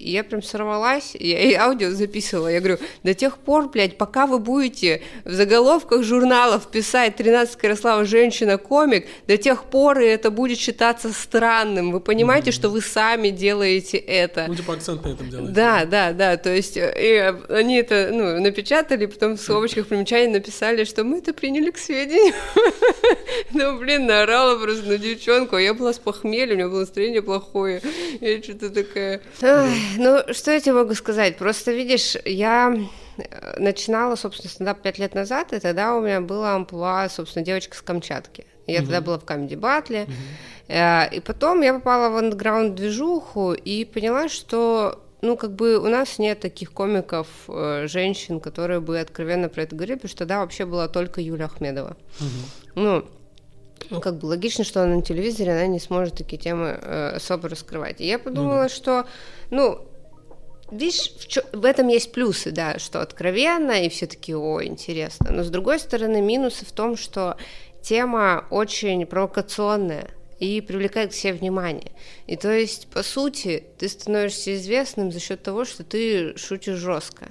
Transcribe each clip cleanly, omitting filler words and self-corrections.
И я прям сорвалась, я и аудио записывала. Я говорю, до тех пор, блядь, пока вы будете в заголовках журналов писать 13 Ярослава женщина-комик, до тех пор и это будет считаться странным. Вы понимаете, что вы сами делаете это. Ну, типа акцент на этом делаете. Да. То есть и они это напечатали, потом в скобочках примечаний написали, что мы это приняли к сведению. Ну, блин, наорала просто на девчонку. А я была с похмелья, у меня было настроение плохое. Я что-то такая... Ну, что я тебе могу сказать? Просто, видишь, я начинала, собственно, стендап 5 лет назад, и тогда у меня была амплуа, собственно, девочка с Камчатки. Я тогда была в комеди-батле. И потом я попала в андеграунд-движуху и поняла, что, ну, как бы у нас нет таких комиков, женщин, которые бы откровенно про это говорили, потому что тогда вообще была только Юля Ахмедова. Ну, как бы логично, что она на телевизоре, она не сможет такие темы особо раскрывать. И я подумала, что, ну, видишь, в этом есть плюсы, да, что откровенно, и все такие, о, интересно. Но, с другой стороны, минусы в том, что тема очень провокационная и привлекает к себе внимание. И то есть, по сути, ты становишься известным за счет того, что ты шутишь жестко.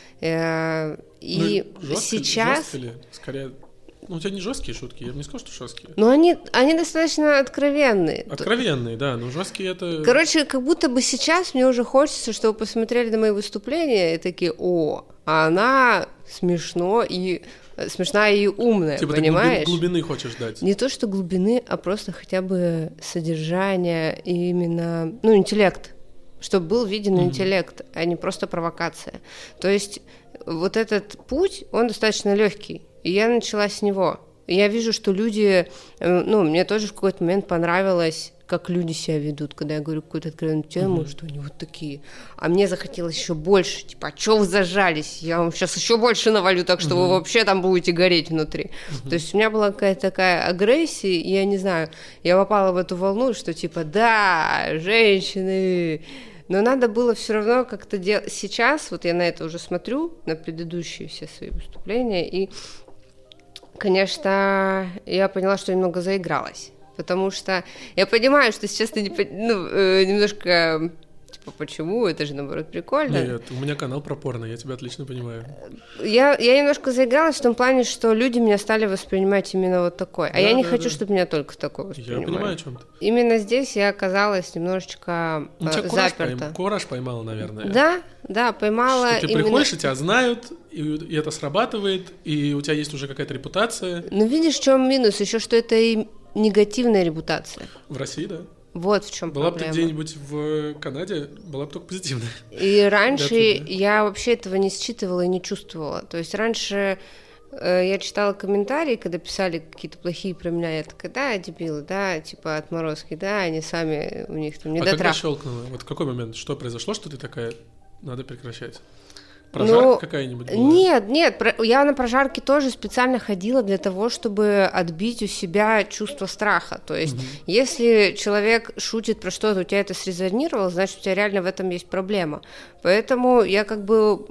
И сейчас... Жестко ли? Скорее... Ну, у тебя не жесткие шутки, я бы не сказал, что жесткие. Ну, они достаточно откровенные. Откровенные, да, но жесткие это... Короче, как будто бы сейчас мне уже хочется, чтобы посмотрели на мои выступления и такие, о, а она смешная и умная, типа понимаешь? Ты глубины хочешь дать. Не то, что глубины, а просто хотя бы содержание и именно, ну, интеллект, чтобы был виден интеллект, а не просто провокация. То есть вот этот путь, он достаточно легкий. И я начала с него. И я вижу, что люди... Ну, мне тоже в какой-то момент понравилось, как люди себя ведут, когда я говорю какую-то откровенную тему, что они вот такие. А мне захотелось еще больше. Типа, а чё вы зажались? Я вам сейчас еще больше навалю, так что вы вообще там будете гореть внутри. То есть у меня была какая-то такая агрессия, и я не знаю, я попала в эту волну, что типа, да, женщины... Но надо было все равно как-то делать... Сейчас, вот я на это уже смотрю, на предыдущие все свои выступления, и... Конечно, я поняла, что немного заигралась, потому что я понимаю, что сейчас ты немножко, типа, почему, это же, наоборот, прикольно. Нет, у меня канал про порно, я тебя отлично понимаю. Я немножко заигралась в том плане, что люди меня стали воспринимать именно вот такой, а я не хочу, чтобы меня только такой воспринимали. Я понимаю, о чем ты. Именно здесь я оказалась немножечко заперта. Кураж поймала, наверное. Да, поймала. Что ты приходишь, и тебя знают, и это срабатывает, и у тебя есть уже какая-то репутация. Ну, видишь, в чем минус? Еще что это и негативная репутация. В России, да. Вот в чем была проблема. Была бы ты где-нибудь в Канаде, была бы только позитивная. И раньше я вообще этого не считывала и не чувствовала. То есть раньше я читала комментарии, когда писали какие-то плохие про меня, я такая, да, дебилы, да, типа отморозки, да, они сами, у них там недотрах. А когда щелкнуло? Вот в какой момент? Что произошло, что ты такая, надо прекращать? Прожарка какая-нибудь была? Нет, я на прожарке тоже специально ходила для того, чтобы отбить у себя чувство страха. То есть, если человек шутит про что-то, у тебя это срезонировало, значит, у тебя реально в этом есть проблема. Поэтому я как бы,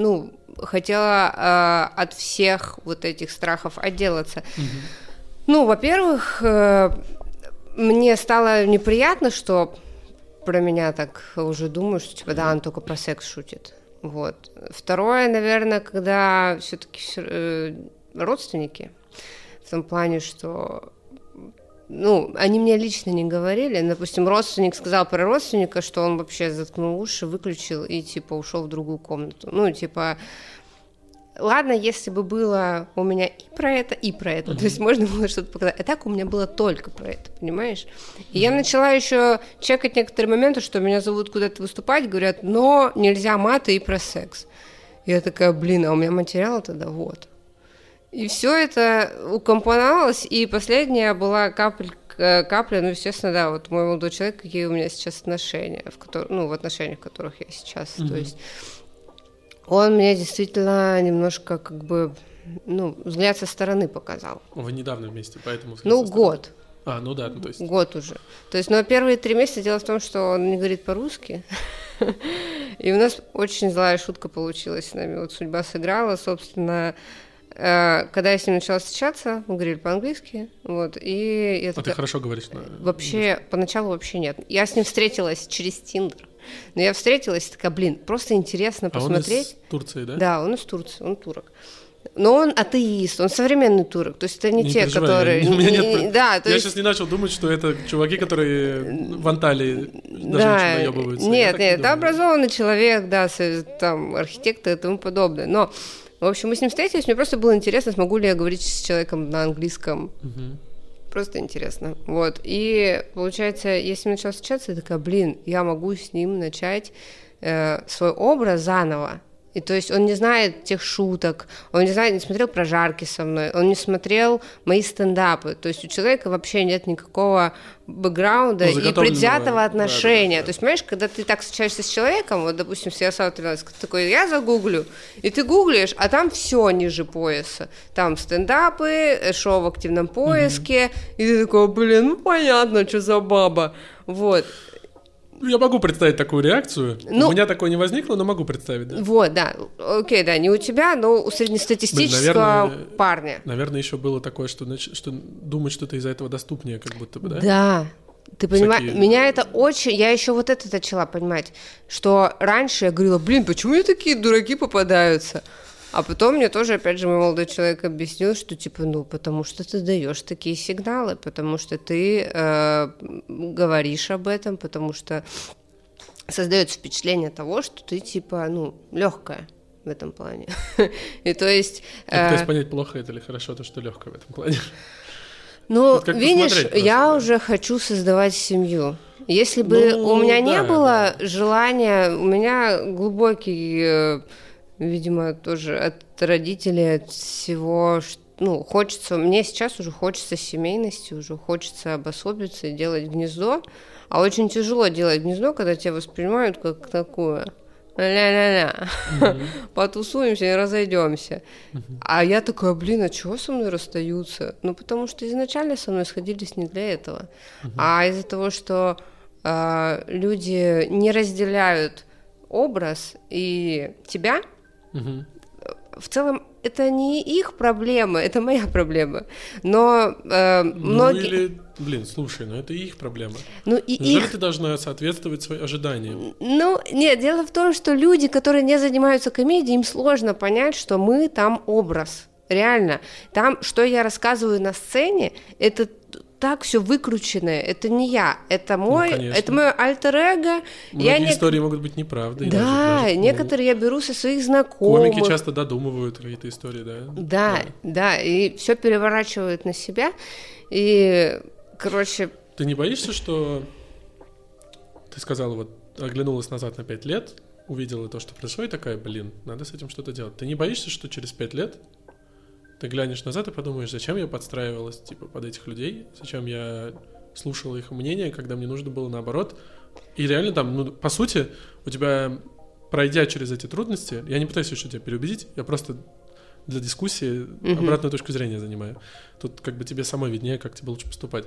хотела от всех вот этих страхов отделаться. Ну, во-первых, мне стало неприятно, что про меня так уже думают, что, типа, да, он только про секс шутит. Вот. Второе, наверное, когда все-таки родственники, в том плане, что, они мне лично не говорили. Допустим, родственник сказал про родственника, что он вообще заткнул уши, выключил и, типа, ушел в другую комнату. Ладно, если бы было у меня и про это, то есть можно было что-то показать. А так у меня было только про это, понимаешь? И я начала еще чекать некоторые моменты, что меня зовут куда-то выступать, говорят, но нельзя маты и про секс. Я такая, а у меня материал тогда вот. И все это укомпоновалось, и последняя была капля, естественно, да, вот мой молодой человек, какие у меня сейчас отношения, в отношениях, в которых я сейчас, то есть... Он мне действительно немножко взгляд со стороны показал. Вы недавно вместе, поэтому... год. То есть... Год уже. То есть, первые 3 месяца дело в том, что он не говорит по-русски. И у нас очень злая шутка получилась с нами. Вот судьба сыграла, собственно... Когда я с ним начала встречаться, мы говорили по-английски, и я ты хорошо говоришь? Вообще, поначалу вообще нет. Я с ним встретилась через Tinder. Но я встретилась и такая, просто интересно посмотреть. Он из Турции, да? Да, он из Турции, он турок. Но он атеист, он современный турок, то есть это не те, которые... Я сейчас не начал думать, что это чуваки, которые в Анталии даже наебываются. Нет, это образованный человек, да, там, архитектор и тому подобное. Но, в общем, мы с ним встретились, мне просто было интересно, смогу ли я говорить с человеком на английском. Просто интересно. Вот. И, получается, я с ним начала встречаться, я такая, я могу с ним начать свой образ заново. И то есть он не знает тех шуток, он не смотрел прожарки со мной, он не смотрел мои стендапы. То есть у человека вообще нет никакого бэкграунда и предвзятого отношения. То есть, понимаешь, когда ты так встречаешься с человеком, вот, допустим, с Ярославом Тринадцатым, такой, я загуглю, и ты гуглишь, а там все ниже пояса. Там стендапы, шоу в активном поиске, и ты такой, понятно, что за баба. Вот. Я могу представить такую реакцию. У меня такое не возникло, но могу представить, да. Вот, да. Окей, да, не у тебя, но у среднестатистического парня. Наверное, еще было такое, что думать, что ты из-за этого доступнее, как будто бы, да? Да. Ты понимаешь, меня это очень... Я еще вот это начала понимать, что раньше я говорила, почему мне такие дураки попадаются? А потом мне тоже, опять же, мой молодой человек объяснил, что, потому что ты даешь такие сигналы, потому что ты говоришь об этом, потому что создается впечатление того, что ты, легкая в этом плане. И то есть... Пытаюсь понять, плохо это или хорошо, то, что легкая в этом плане. Видишь, я уже хочу создавать семью. Если бы у меня не было желания, у меня глубокий... Видимо, тоже от родителей, от всего, хочется, мне сейчас уже хочется семейности, уже хочется обособиться и делать гнездо, а очень тяжело делать гнездо, когда тебя воспринимают как такое, ля-ля-ля, потусуемся и разойдемся. А я такая, а чего со мной расстаются? Потому что изначально со мной сходились не для этого, а из-за того, что люди не разделяют образ и тебя, в целом это не их проблема, это моя проблема. Но многие... слушай, это их проблема. Неужели ты должна соответствовать своим ожиданиям? Нет, дело в том, что люди, которые не занимаются комедией, им сложно понять, что мы там образ. Реально. Там, что я рассказываю на сцене, это так все выкрученное, это не я, это мой альтер-эго. Многие истории могут быть неправдой. Да, некоторые я беру со своих знакомых. Комики часто додумывают какие-то истории, да? Да, и все переворачивают на себя. И, короче... Ты не боишься, что... Ты сказала, оглянулась назад на 5 лет, увидела то, что происходит, такая, надо с этим что-то делать. Ты не боишься, что через 5 лет ты глянешь назад и подумаешь, зачем я подстраивалась, под этих людей, зачем я слушала их мнение, когда мне нужно было наоборот. И реально там, по сути, у тебя, пройдя через эти трудности, я не пытаюсь еще тебя переубедить, я просто для дискуссии обратную точку зрения занимаю. Тут тебе самой виднее, как тебе лучше поступать.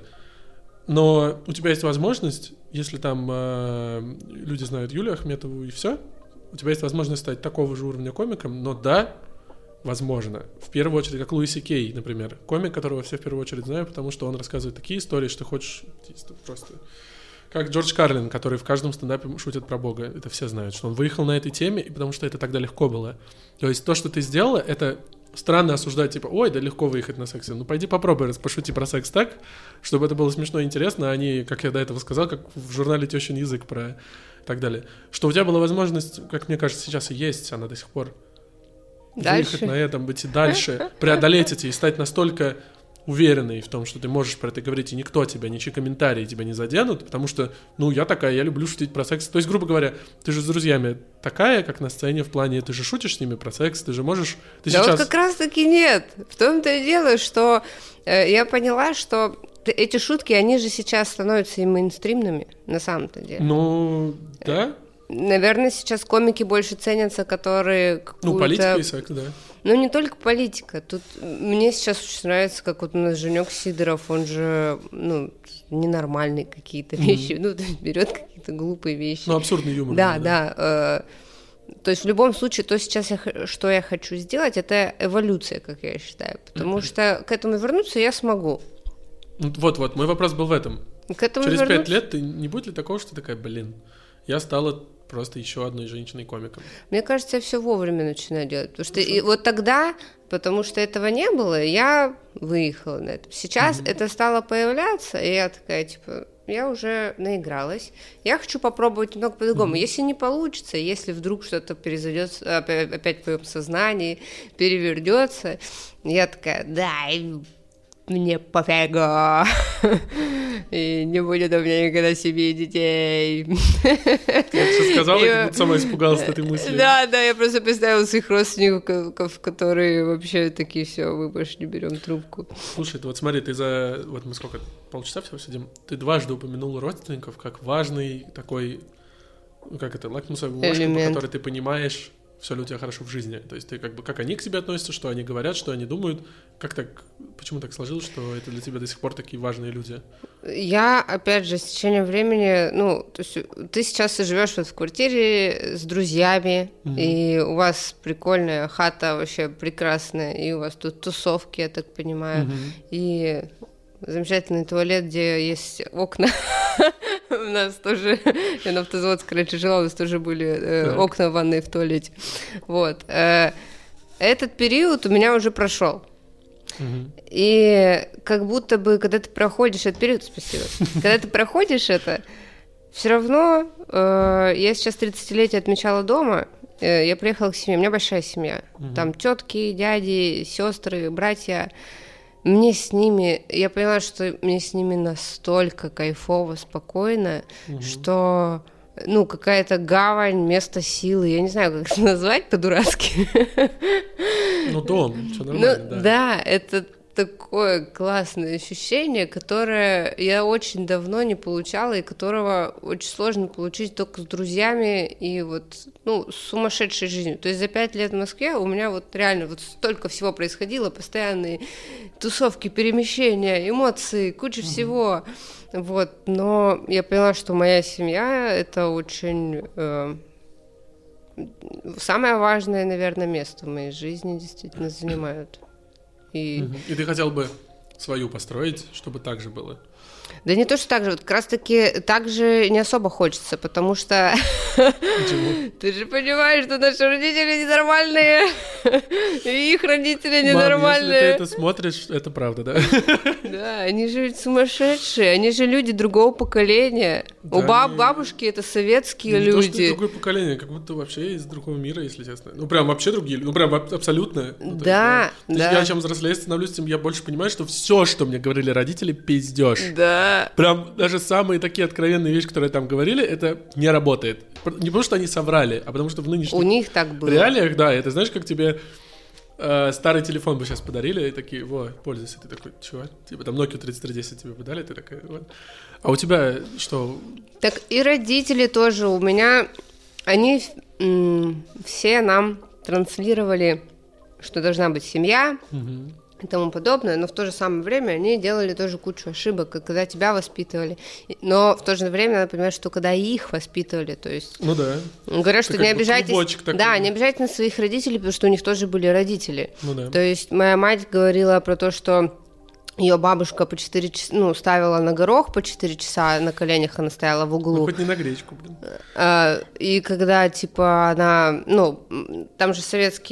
Но у тебя есть возможность, если там люди знают Юлию Ахметову и все, у тебя есть возможность стать такого же уровня комиком, но возможно. В первую очередь, как Луи Кей, например. Комик, которого все в первую очередь знают, потому что он рассказывает такие истории, что хочешь просто... Как Джордж Карлин, который в каждом стендапе шутит про Бога. Это все знают, что он выехал на этой теме, и потому что это тогда легко было. То есть то, что ты сделала, это странно осуждать, ой, да легко выехать на сексе. Пойди попробуй, пошути про секс так, чтобы это было смешно и интересно, а не, как я до этого сказал, как в журнале «Тещин язык» про и так далее. Что у тебя была возможность, как мне кажется, сейчас и есть, она до сих пор, выехать на этом, быть и дальше, преодолеть эти и стать настолько уверенной в том, что ты можешь про это говорить, и никто тебя, ничьи комментарии тебя не заденут, потому что, я такая, я люблю шутить про секс. То есть, грубо говоря, ты же с друзьями такая, как на сцене, в плане, ты же шутишь с ними про секс, ты же можешь... Вот как раз-таки нет. В том-то и дело, что я поняла, что эти шутки, они же сейчас становятся и мейнстримными, на самом-то деле. Да. Наверное, сейчас комики больше ценятся, которые... политика и секс, да. Не только политика. Тут мне сейчас очень нравится, как у нас Женек Сидоров, он же, ненормальные какие-то вещи, берет какие-то глупые вещи. Абсурдный юмор. Да. То есть в любом случае, что я хочу сделать, это эволюция, как я считаю, потому что к этому вернуться я смогу. Вот, мой вопрос был в этом. Через 5 лет ты не будет ли такого, что ты такая, я стала просто еще одной женщиной-комиком. Мне кажется, я все вовремя начинаю делать, потому что и вот тогда, потому что этого не было, я выехала на это. Сейчас это стало появляться, и я такая, типа, я уже наигралась, я хочу попробовать немного по-другому. Если не получится, если вдруг что-то произойдет опять в твоем сознании, перевернется, я такая, да, мне пофигу, и не будет у меня никогда семьи и детей. Я сейчас сказала, и как будто сама испугалась от этой мысли. Да, я просто представила своих родственников, которые вообще такие, все, мы больше не берем трубку. Слушай, вот смотри, вот мы сколько, полчаса всего сидим, ты дважды упомянул родственников как важный такой, как это, лакмусовая бумажка, по которой ты понимаешь, все ли у тебя хорошо в жизни. То есть ты как они к тебе относятся, что они говорят, что они думают. Почему так сложилось, что это для тебя до сих пор такие важные люди? Я, опять же, с течением времени, то есть ты сейчас живешь вот в квартире с друзьями, и у вас прикольная хата, вообще прекрасная, и у вас тут тусовки, я так понимаю, и замечательный туалет, где есть окна. У нас тоже, я на Автозаводской раньше жила, у нас тоже были окна в ванной, в туалете. Вот. Этот период у меня уже прошел. И как будто бы, когда ты проходишь этот период, спасибо, когда ты проходишь это, все равно, я сейчас 30-летие отмечала дома, я приехала к семье, у меня большая семья, там тетки, дяди, сестры, братья. Я поняла, что мне с ними настолько кайфово, спокойно, что, какая-то гавань, место силы, я не знаю, как это назвать по-дурацки. Дом, все нормально, да. Да, это такое классное ощущение, которое я очень давно не получала, и которого очень сложно получить только с друзьями и с сумасшедшей жизнью. То есть за 5 лет в Москве у меня реально столько всего происходило, постоянные тусовки, перемещения, эмоции, куча всего. Но я поняла, что моя семья — это очень самое важное, наверное, место в моей жизни действительно занимают. И ты хотел бы свою построить, чтобы так же было? Да не то, что так же, как раз-таки так же не особо хочется, потому что ты же понимаешь, что наши родители ненормальные, и их родители ненормальные. Мам, если ты это смотришь, это правда, да? Да, они же ведь сумасшедшие, они же люди другого поколения. У бабушки это советские люди. Не то, что другое поколение, как будто вообще из другого мира, если честно. Прям вообще другие, прям абсолютно. Да, да. Я чем взрослее становлюсь, тем я больше понимаю, что все, что мне говорили родители, пиздёж. Да. Прям даже самые такие откровенные вещи, которые там говорили, это не работает. Не потому, что они соврали, а потому, что в нынешних у них так было. Реалиях, да, это знаешь, как тебе старый телефон бы сейчас подарили, и такие, пользуйся. Ты такой, чего? Типа там Nokia 3310 тебе подарили, ты такая, вот. А у тебя что? Так и родители тоже у меня, они все нам транслировали, что должна быть семья, и тому подобное, но в то же самое время они делали тоже кучу ошибок, когда тебя воспитывали, но в то же время надо понимать, что когда их воспитывали, то есть говорят, что не обижайтесь, не обижайтесь на своих родителей, потому что у них тоже были родители, то есть моя мать говорила про то, что ее бабушка по 4 часа, ставила на горох по 4 часа, на коленях она стояла в углу. Хоть не на гречку, блин. И когда, типа, она, там же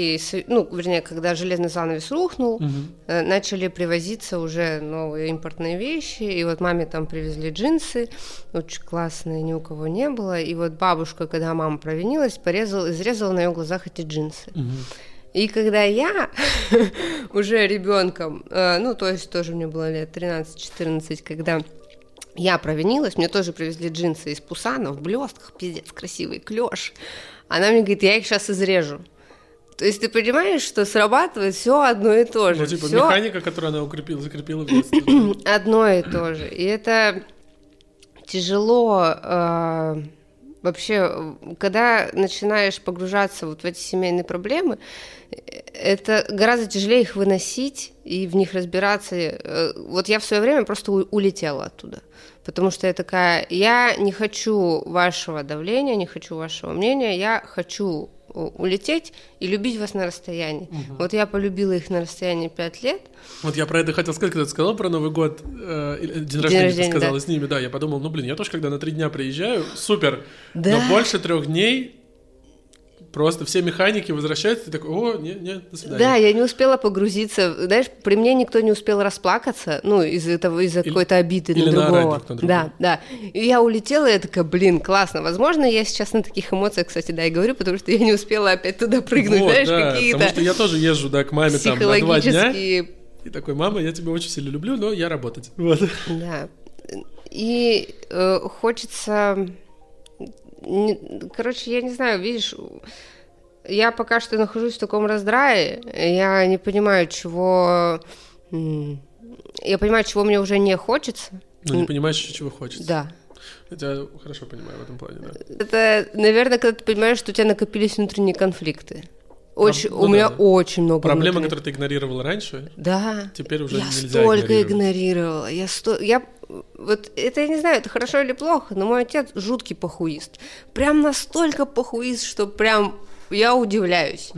когда железный занавес рухнул, начали привозиться уже новые импортные вещи, и маме там привезли джинсы, очень классные, ни у кого не было, и бабушка, когда мама провинилась, изрезала на ее глазах эти джинсы. И когда я уже ребенком, то есть тоже мне было лет 13-14, когда я провинилась, мне тоже привезли джинсы из Пусана в блестках, пиздец, красивый клеш. Она мне говорит, я их сейчас изрежу. То есть ты понимаешь, что срабатывает все одно и то же. Механика, которую она закрепила в детстве. Одно и то же. И это тяжело. Вообще, когда начинаешь погружаться в эти семейные проблемы, это гораздо тяжелее их выносить и в них разбираться. Я в свое время просто улетела оттуда, потому что я такая, я не хочу вашего давления, не хочу вашего мнения, я хочу улететь и любить вас на расстоянии. Вот я полюбила их на расстоянии 5 лет. Вот я про это хотел сказать, когда ты сказал про Новый год, день рождения ты сказала, да. С ними, да, я подумал, я тоже когда на 3 дня приезжаю, супер, да. Но больше 3 дней просто все механики возвращаются, ты такой, нет, до свидания. Да, я не успела погрузиться, знаешь, при мне никто не успел расплакаться, из-за какой-то обиды на другого. Друг на друга. Да. И я улетела, и я такая, классно. Возможно, я сейчас на таких эмоциях, кстати, и говорю, потому что я не успела опять туда прыгнуть, знаешь, да, какие-то потому что я тоже езжу, к маме там на 2 дня, и такой, мама, я тебя очень сильно люблю, но я работать. Вот. Да, и хочется... Короче, я не знаю, видишь, я пока что нахожусь в таком раздрае, я не понимаю, чего... Я понимаю, чего мне уже не хочется. Ну, не понимаешь, чего хочется. Да. Я тебя хорошо понимаю в этом плане, да. Это, наверное, когда ты понимаешь, что у тебя накопились внутренние конфликты. У меня очень много проблемы, которые ты игнорировала раньше, да. Теперь уже нельзя игнорировать. Я столько игнорировала. Вот это я не знаю, это хорошо или плохо, но мой отец жуткий похуист. Прям настолько похуист, что прям я удивляюсь.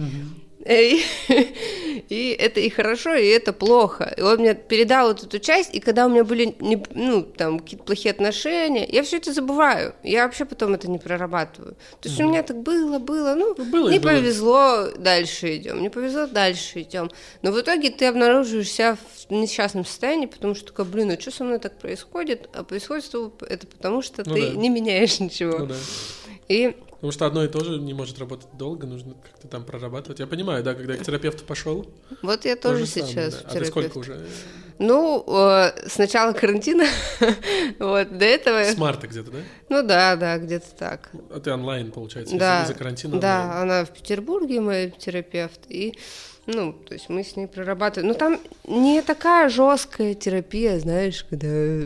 И это и хорошо, и это плохо. И он мне передал вот эту часть, и когда у меня были какие-то плохие отношения, я все это забываю. Я вообще потом это не прорабатываю. То есть у меня так было, не повезло, дальше идем, не повезло, дальше идем. Но в итоге ты обнаруживаешь себя в несчастном состоянии, потому что такая, а что со мной так происходит? А происходит это потому, что ты не меняешь ничего. Потому что одно и то же не может работать долго, нужно как-то там прорабатывать. Я понимаю, да, когда я к терапевту пошел. Вот я тоже сейчас в терапевт. А ты сколько уже? С начала карантина, до этого... С марта где-то, да? Да, где-то так. А ты онлайн, получается, да, из-за карантина? Да, она в Петербурге, мой терапевт, и... то есть мы с ней прорабатываем. Но там не такая жесткая терапия, знаешь, когда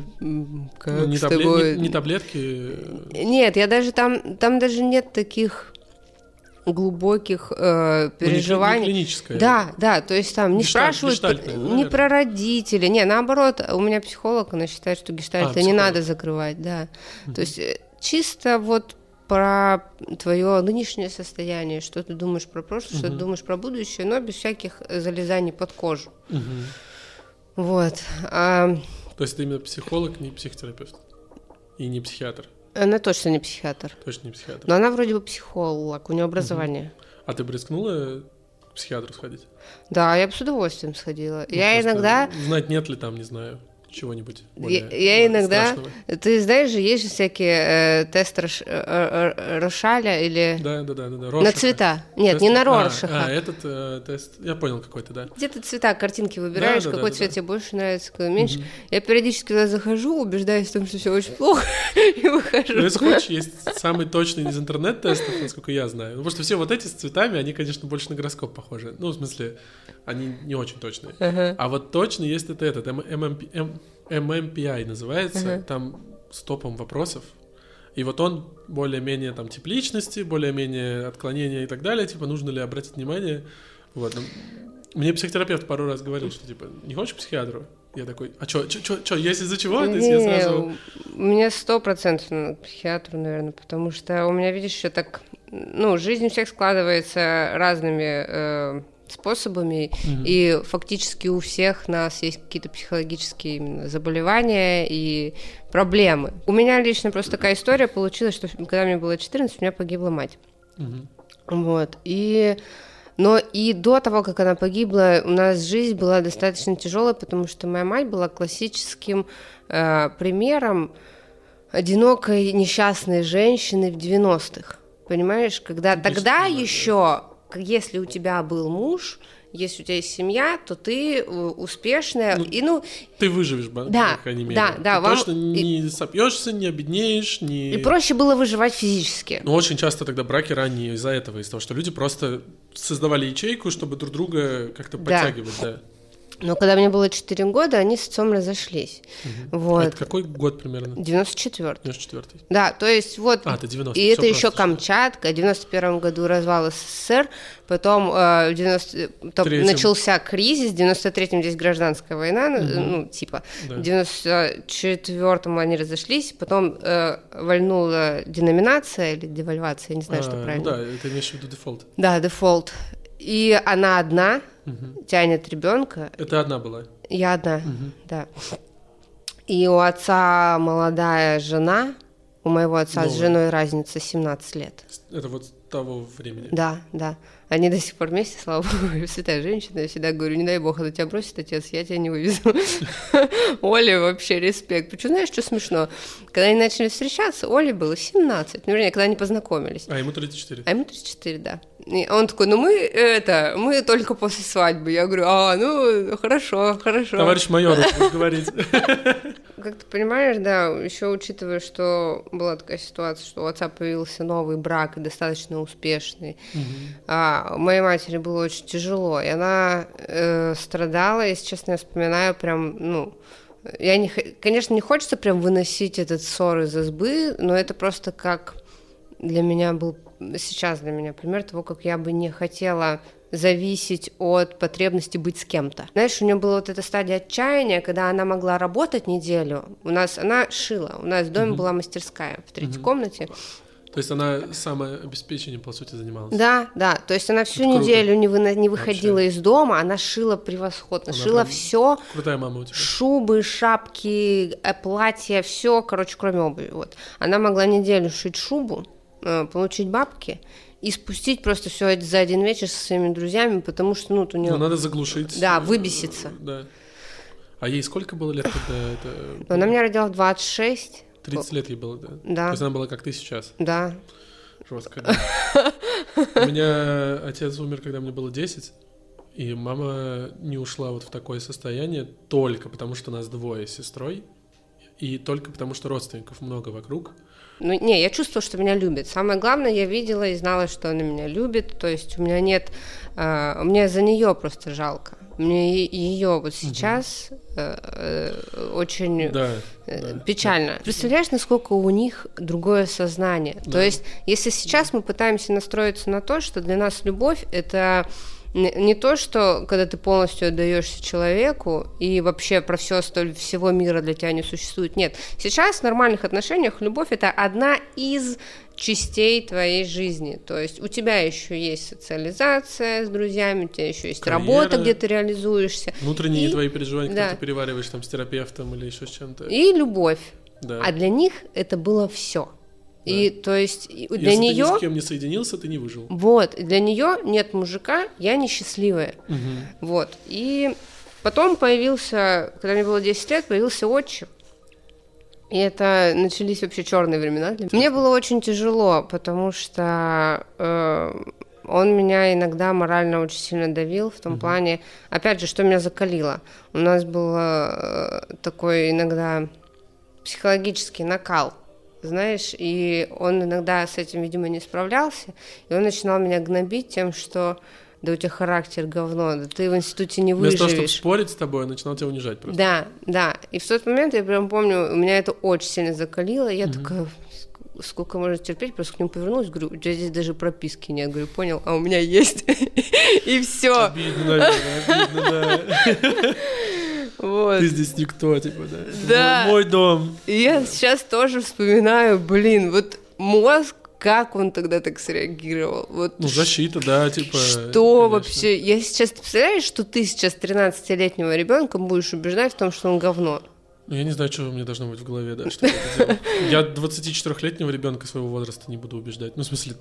не таблетки. Нет, я даже там даже нет таких глубоких переживаний. Не клиническое. Да, то есть там не спрашивают не про родителей. Не, наоборот, у меня психолог, она считает, что гештальты не надо закрывать, да. То есть чисто про твое нынешнее состояние, что ты думаешь про прошлое, что ты думаешь про будущее, но без всяких залезаний под кожу. Вот. То есть ты именно психолог, не психотерапевт? И не психиатр? Она точно не психиатр. Точно не психиатр. Но она вроде бы психолог, у нее образование. А ты бы рискнула к психиатру сходить? Да, я бы с удовольствием сходила. Я иногда... Узнать, нет ли там, не знаю... чего-нибудь более я иногда... страшного. Ты знаешь же, есть же всякие тесты Рошаля или... Да. На цвета. Нет, тест... не на Роршаха. Этот тест... Я понял какой-то, да. Где ты цвета, картинки выбираешь, какой цвет тебе больше нравится, какой меньше. Я периодически туда захожу, убеждаюсь в том, что все очень плохо, и выхожу. Если хочешь, есть самый точный из интернет-тестов, насколько я знаю. Потому что все вот эти с цветами, они, конечно, больше на гороскоп похожи. В смысле, они не очень точные. А вот точный есть этот MMPI называется, там с топом вопросов. И вот он более-менее там тип личности, более-менее отклонения и так далее, нужно ли обратить внимание. Вот. Мне психотерапевт пару раз говорил, что не хочешь к психиатру? Я такой, а чё, есть из-за чего? То есть я сразу... У меня 100% к психиатру, наверное, потому что у меня, видишь, еще так... жизнь у всех складывается разными способами, и фактически у всех нас есть какие-то психологические именно заболевания и проблемы. У меня лично просто такая история получилась, что когда мне было 14, у меня погибла мать. Вот, но и до того, как она погибла, у нас жизнь была достаточно тяжелая, потому что моя мать была классическим примером одинокой несчастной женщины в 90-х. Понимаешь, когда тогда еще, если у тебя был муж, если у тебя есть семья, то ты успешная. Ты выживешь, по крайней мере. Да, ты точно не сопьешься, не обеднеешь, И проще было выживать физически. Очень часто тогда браки ранние из-за этого, из-за того, что люди просто создавали ячейку, чтобы друг друга как-то подтягивать, да. Но когда мне было 4 года, они с отцом разошлись. Вот. Это какой год примерно? 94-й. 94-й. Да, то есть вот... ты 90-й. И это еще Камчатка. В 91 году развал СССР, потом в 93-м начался кризис, в 93-м здесь гражданская война, ну, типа. Да. В 94-м они разошлись, потом вальнула деноминация или девальвация, я не знаю, что правильно. Да, это имеешь в виду дефолт. Да, дефолт. И она одна тянет ребенка. Это одна была? Я одна, да. И у отца молодая жена, у моего отца с женой разница 17 лет. Это вот с того времени? Да, да. Они до сих пор вместе, слава богу, святая женщина. Я всегда говорю, не дай бог, она тебя бросит, отец, я тебя не вывезу. Оле вообще респект. Причем, знаешь, что смешно? Когда они начали встречаться, Оле было 17. Ну, вернее, когда они познакомились. А ему 34? А ему 34, да. И он такой, ну мы только после свадьбы. Я говорю, ну хорошо. Товарищ майор, говорить. Как ты понимаешь, да, еще учитывая, что была такая ситуация, что у отца появился новый брак, и достаточно успешный, моей матери было очень тяжело, и она страдала, если честно, я вспоминаю прям, ну, конечно, не хочется прям выносить этот ссор из избы, но это просто как сейчас для меня пример того, как я бы не хотела зависеть от потребности быть с кем-то. Знаешь, у нее была вот эта стадия отчаяния, когда она могла работать неделю. Она шила. У нас в доме была мастерская в 3-й комнате. То есть она самообеспечением, по сути, занималась? Да. То есть она всю неделю не выходила из дома, она шила превосходно. Шила все. Крутая мама у тебя. Шубы, шапки, платья, все, короче, кроме обуви. Вот. Она могла неделю шить шубу, получить бабки и спустить просто все это за один вечер со своими друзьями, потому что, у нее... надо заглушить. Да, выбеситься. Да. А ей сколько было лет, когда это... Она меня родила в 26. 30 лет ей было, да? Да. То есть она была как ты сейчас? Да. Жестко, да. У меня отец умер, когда мне было 10, и мама не ушла вот в такое состояние только потому, что нас двое с сестрой, и только потому, что родственников много вокруг. Я чувствовала, что меня любят. Самое главное, я видела и знала, что она меня любит. То есть у меня нет... мне за нее просто жалко. Мне ее вот сейчас очень печально. Представляешь, насколько у них другое сознание? То есть если сейчас мы пытаемся настроиться на то, что для нас любовь — это... Не то, что когда ты полностью отдаешься человеку и вообще про всего мира для тебя не существует. Нет. Сейчас в нормальных отношениях любовь — это одна из частей твоей жизни. То есть у тебя еще есть социализация с друзьями, у тебя еще есть работа, где ты реализуешься. Внутренние твои переживания, которые ты перевариваешь там с терапевтом или еще с чем-то. И любовь. Да. А для них это было все. Да. И то есть для нее... Если ты ни с кем не соединился, ты не выжил. Вот, для нее нет мужика, я несчастливая. Вот. И потом появился, когда мне было 10 лет, появился отчим. И это начались вообще черные времена для меня. Мне было очень тяжело, потому что он меня иногда морально очень сильно давил в том плане, опять же, что меня закалило. У нас был такой иногда психологический накал. Знаешь, и он иногда с этим, видимо, не справлялся, и он начинал меня гнобить тем, что да у тебя характер говно, да ты в институте не выживешь. Вместо того, чтобы спорить с тобой, он начинал тебя унижать просто. Да, и в тот момент, я прям помню, меня это очень сильно закалило, и я такая, сколько можно терпеть, просто к нему повернулась, говорю, у тебя здесь даже прописки нет, говорю, понял, а у меня есть, и все. Обидно, наверное, да. Вот. Ты здесь никто, типа, да? Да. Мой дом. И я сейчас тоже вспоминаю, вот мозг, как он тогда так среагировал. Вот защита, да, типа... Что вообще? Я сейчас... Ты представляешь, что ты сейчас 13-летнего ребенка будешь убеждать в том, что он говно? Я не знаю, что у меня должно быть в голове, да, что это делать. Я 24-летнего ребенка своего возраста не буду убеждать. Ну, в смысле...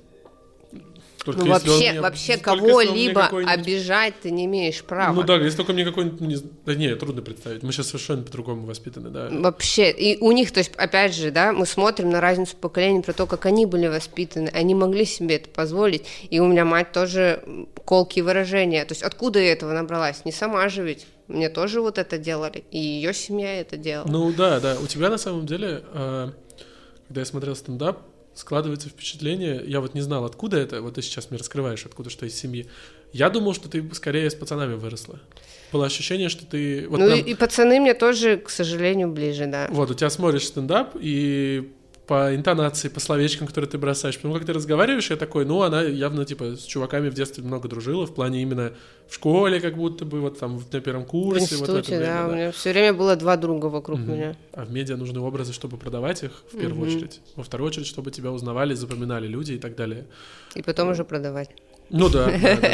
Вообще кого-либо обижать ты не имеешь права. Ну да, если только мне какой-нибудь... Да не, трудно представить. Мы сейчас совершенно по-другому воспитаны, да. Вообще, и у них, то есть, опять же, да, мы смотрим на разницу поколений, про то, как они были воспитаны, они могли себе это позволить, и у меня мать тоже колкие выражения, то есть откуда я этого набралась? Не сама же ведь. Мне тоже вот это делали, и ее семья это делала. Ну да, у тебя на самом деле, когда я смотрел стендап, складывается впечатление, я вот не знал, откуда это, вот ты сейчас мне раскрываешь, откуда что из семьи. Я думал, что ты скорее с пацанами выросла. Было ощущение, что ты... Вот ну прям... и пацаны мне тоже, к сожалению, ближе, да. Вот, у тебя смотришь стендап, и по интонации, по словечкам, которые ты бросаешь, потому как ты разговариваешь, я такой, ну, она явно, типа, с чуваками в детстве много дружила, в плане именно в школе, как будто бы, вот там на первом курсе. В институте, вот в это время, да, у меня все время было 2 друга вокруг меня. А в медиа нужны образы, чтобы продавать их, в первую очередь. Во вторую очередь, чтобы тебя узнавали, запоминали люди и так далее. И потом уже продавать. Ну да.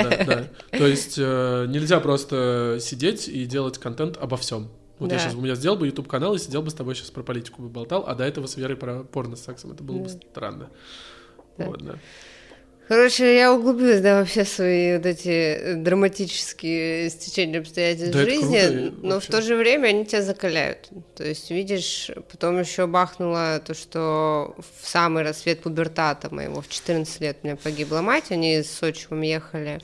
То есть нельзя просто сидеть и делать контент обо всем. Вот я сейчас у меня сделал бы YouTube-канал и сидел бы с тобой сейчас про политику бы болтал, а до этого с Верой про порно с сексом. Это было бы странно. Да. Вот, да. Короче, я углубилась, да, во все свои вот эти драматические стечения обстоятельств жизни, но вообще. В то же время они тебя закаляют. То есть, видишь, потом еще бахнуло то, что в самый рассвет пубертата моего, в 14 лет у меня погибла мать, они из Сочи ехали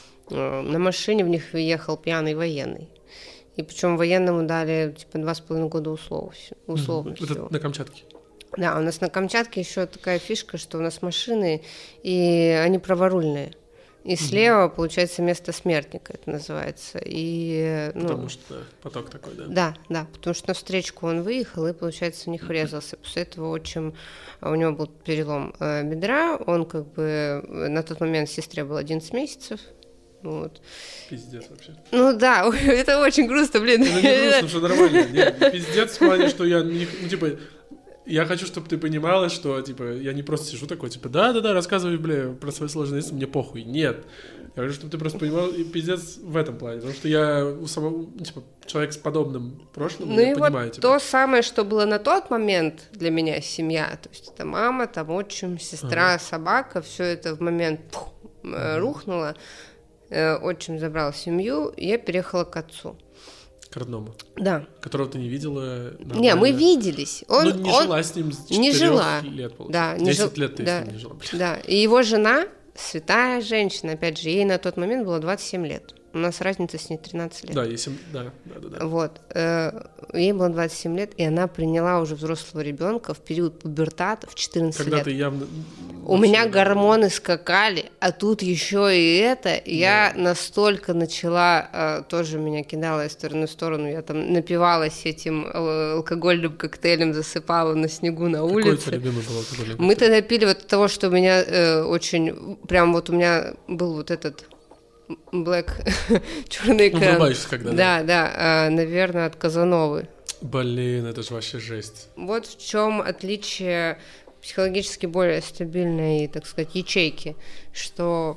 на машине, в них ехал пьяный военный. И причем военному дали типа 2,5 года условно. Это на Камчатке? Да, у нас на Камчатке еще такая фишка, что у нас машины, и они праворульные. И слева, получается, место смертника, это называется. И, потому что поток такой, да? Да, потому что на встречку он выехал и, получается, в них врезался. После этого отчим, у него был перелом бедра, он как бы, на тот момент сестре было 11 месяцев. Вот. Пиздец вообще. Ну да, это очень грустно, блин. Это не грустно, что нормально. Нет, пиздец в плане, что я, ну, типа, я хочу, чтобы ты понимала, что, типа, я не просто сижу такой, типа, да, рассказывай, бля, про свои сложные мысли, мне похуй. Нет. Я хочу, чтобы ты просто понимал, и пиздец в этом плане. Потому что я у самого, типа, человек с подобным прошлым, ну я и понимаю. Вот типа. то самое, что было на тот момент для меня семья. То есть это мама, там отчим, сестра, собака, все это в момент рухнуло. Отчим забрал семью, и я переехала к отцу. К родному? Да. Которого ты не видела? Нормально. Не, мы виделись. Он не жила с ним с 4 лет, получается. Да, 10 лет ты с ним не жила. Да, и его жена, святая женщина, опять же, ей на тот момент было 27 лет. У нас разница с ней 13 лет. Да, если... Да. Вот. Ей было 27 лет, и она приняла уже взрослого ребенка в период пубертата в 14 Когда лет. ты явно... У меня гормоны скакали, а тут еще и это. Я настолько начала, тоже меня кидала из стороны в сторону, я там напивалась этим алкогольным коктейлем, засыпала на снегу на улице. Какой у тебя любимый был алкогольный коктейль? Мы тогда пили вот того, что у меня очень... Прям вот у меня был вот этот... Black, черный экран. Врубаешься когда? Да, наверное, от Казановы. Блин, это же вообще жесть. Вот в чем отличие психологически более стабильной, так сказать, ячейки, что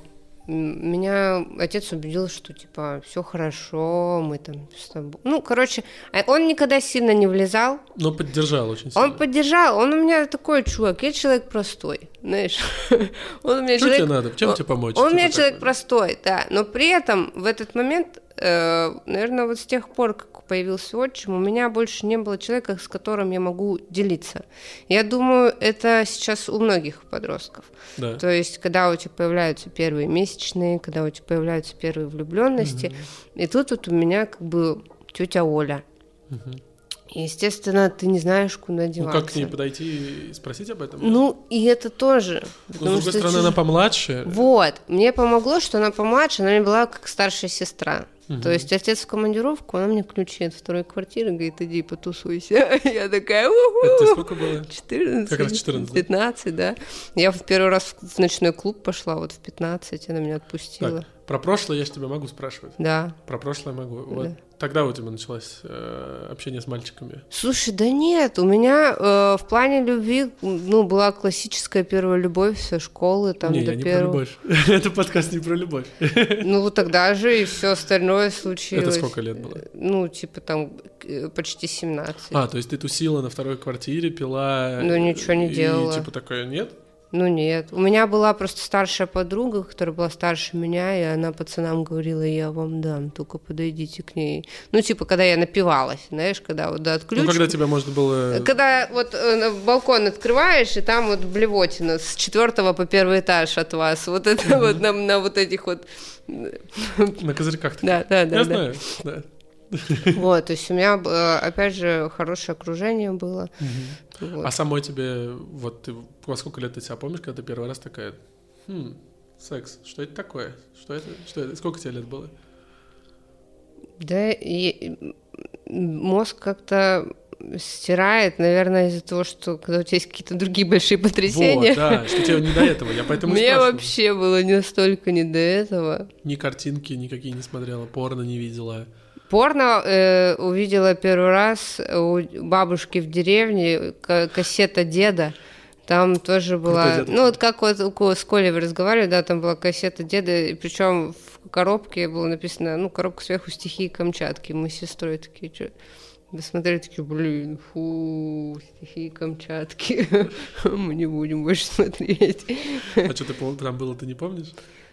меня отец убедил, что, типа, все хорошо, мы там с тобой... Ну, короче, он никогда сильно не влезал. Но поддержал очень сильно. Он поддержал, он у меня такой чувак, я человек простой, знаешь. Он у меня что человек... тебе надо? Чем тебе помочь? Он у меня человек простой, да, но при этом в этот момент, наверное, вот с тех пор, как появился отчим, у меня больше не было человека, с которым я могу делиться. Я думаю, это сейчас у многих подростков. Да. То есть, когда у тебя появляются первые месячные, когда у тебя появляются первые влюбленности, и тут вот у меня как бы тетя Оля. И, естественно, ты не знаешь, куда деваться. Ну, как к ней подойти и спросить об этом? Ну, и это тоже. Ну, с другой стороны, она помладше. Вот. Мне помогло, что она помладше, она не была как старшая сестра. То есть отец в командировку, она мне ключи от второй квартиры, говорит, иди потусуйся. Я такая, Это тебе сколько было? 14. Как раз 14, 15, да. Я в первый раз в ночной клуб пошла, вот в 15, она меня отпустила. Так, про прошлое я ж тебя могу спрашивать? Да. Про прошлое могу. Да. Вот тогда у тебя началось общение с мальчиками? Слушай, да нет, у меня в плане любви, ну, была классическая первая любовь со школы, там, не, до я первого. Не про любовь. Это подкаст не про любовь. Ну, тогда же и все остальное случилось. Это сколько лет было? Ну, типа там почти 17. А, то есть ты тусила на второй квартире, пила... Ну, ничего не делала. И типа такая, нет? Ну, нет. У меня была просто старшая подруга, которая была старше меня, и она пацанам говорила, я вам дам, только подойдите к ней. Ну, типа, когда я напивалась, знаешь, когда вот до отключки. Ну, когда тебя можно было... Когда вот балкон открываешь, и там вот блевотина с 4 по 1 этаж от вас. Вот это вот на вот этих вот... На козырьках. Да. Я знаю, да. Вот, то есть у меня, опять же, хорошее окружение было. Вот. А самой тебе, вот ты, во сколько лет ты себя помнишь, когда ты первый раз такая, секс, что это такое? Что это? Сколько тебе лет было? Да, мозг как-то стирает, наверное, из-за того, что когда у тебя есть какие-то другие большие потрясения. Вот, да, что тебе не до этого, я поэтому и Мне спрашиваю. вообще было настолько не до этого. Ни картинки никакие не смотрела, порно не видела. Порно увидела первый раз у бабушки в деревне, кассета деда. Там тоже была, вот как вот с Колей вы разговаривали, да, там была кассета деда, и причем в коробке было написано, коробка сверху стихи Камчатки. Мы с сестрой такие, что... Смотрели такие, блин, фу, стихи Камчатки, мы не будем больше смотреть. А что там было, ты не помнишь?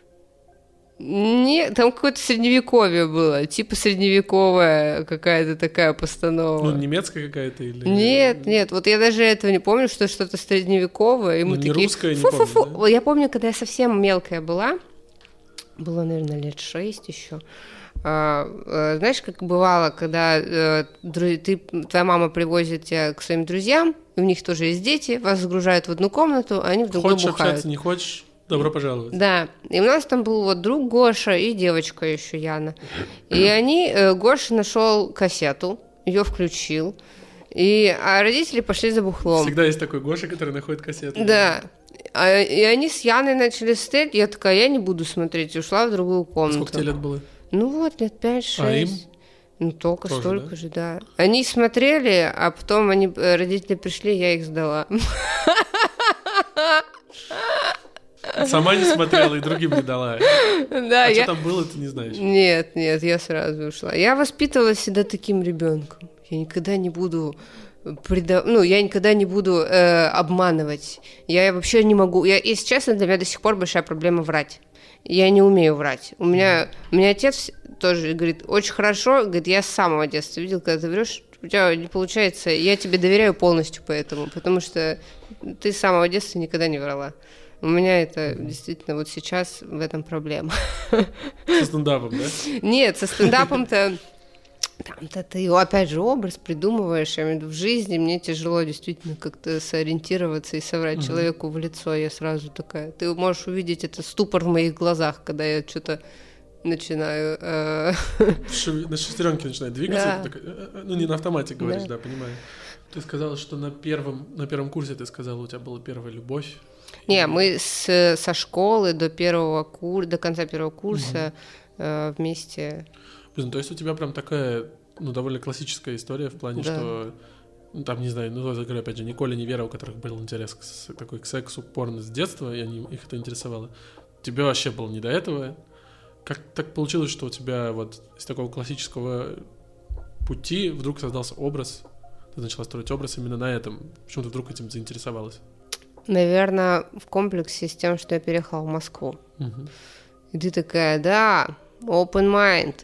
Нет, там какое-то средневековье было, типа средневековая какая-то такая постанова. Немецкая какая-то или... Нет, вот я даже этого не помню, что что-то средневековое, и мы такие... не русская, не помню, да? Я помню, когда я совсем мелкая было, наверное, лет 6 еще. Знаешь, как бывало, когда твоя мама привозит тебя к своим друзьям, и у них тоже есть дети, вас загружают в одну комнату, а они в другую бухают. Хочешь общаться, не хочешь, добро пожаловать. Да, и у нас там был вот друг Гоша и девочка еще Яна. И Гоша нашел кассету, ее включил, а родители пошли за бухлом. Всегда есть такой Гоша, который находит кассету. Да. И они с Яной начали смотреть, я такая, я не буду смотреть, и ушла в другую комнату. Сколько тебе лет было? Вот, лет 5-6. А им? Только тоже, столько да? же, да. Они смотрели, а потом родители пришли, я их сдала. Сама не смотрела и другим не дала. Да, что там было, ты не знаешь? Нет, я сразу ушла. Я воспитывала себя таким ребенком. Я никогда не буду я никогда не буду обманывать. Я вообще не могу. Если честно, для меня до сих пор большая проблема врать. Я не умею врать. У меня отец тоже говорит, очень хорошо, говорит, я с самого детства видел, когда ты врешь, у тебя не получается, я тебе доверяю полностью поэтому, потому что ты с самого детства никогда не врала. У меня это действительно вот сейчас в этом проблема. Со стендапом, да? Нет, со стендапом-то там-то ты, опять же, образ придумываешь, я имею в виду, в жизни мне тяжело действительно как-то сориентироваться и соврать человеку в лицо, я сразу такая, ты можешь увидеть это ступор в моих глазах, когда я что-то начинаю... На шестеренке начинает двигаться, Да. ты такая, не на автомате говоришь, да, понимаю. Ты сказала, что на первом курсе, ты сказала, у тебя была первая любовь. Не, мы со школы до конца первого курса вместе... Блин, то есть у тебя прям такая, довольно классическая история в плане, Да. что, там, не знаю, я говорю, опять же, ни Коля, ни Вера, у которых был интерес к сексу, порно с детства, и их это интересовало. Тебе вообще было не до этого. Как так получилось, что у тебя вот из такого классического пути вдруг создался образ, ты начала строить образ именно на этом? Почему ты вдруг этим заинтересовалась? Наверное, в комплексе с тем, что я переехала в Москву. Угу. И ты такая, да, open mind.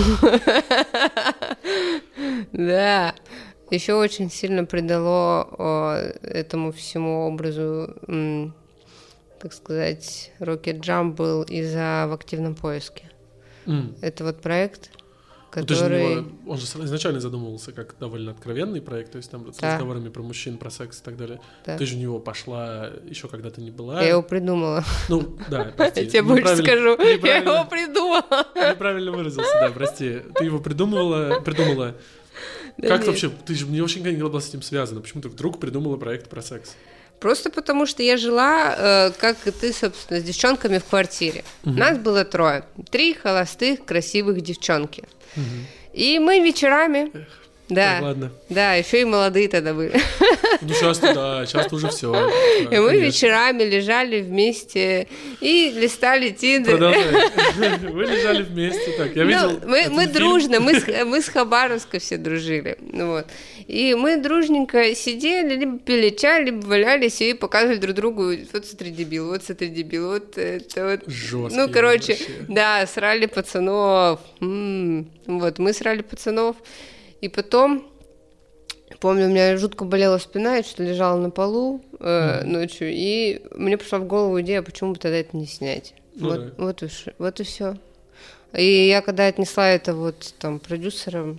Да. Еще очень сильно придало этому всему образу, так сказать, Rocket Jump был в активном поиске. Это вот проект, который... Он же изначально задумывался как довольно откровенный проект, то есть там с разговорами про мужчин, про секс и так далее. Да. Ты же в него пошла еще когда ты не была. Я его придумала. Да, прости. Я тебе больше скажу, я его придумала. Неправильно выразился, да, прости. Ты его придумала. Да как вообще, ты же мне вообще никогда не была с этим связана. Почему ты вдруг придумала проект про секс? Просто потому, что я жила, как и ты, собственно, с девчонками в квартире. Нас было 3. 3 холостых, красивых девчонки. И мы вечерами... Да, ладно. Да, еще и молодые тогда были. Сейчас уже все. И мы вечерами лежали вместе и листали Тиндер. Продолжай. Вы лежали вместе, так, я видел. Мы дружно, мы с Хабаровска все дружили. Вот. И мы дружненько сидели, либо пили чай, либо валялись и показывали друг другу, вот смотри, дебил, вот это вот. Жёсткие короче, вообще. Да, срали пацанов. Вот, мы срали пацанов. И потом, помню, у меня жутко болела спина, я что-то лежала на полу ночью, и мне пришла в голову идея, почему бы тогда это не снять. Вот и все. И я когда отнесла это вот там продюсерам,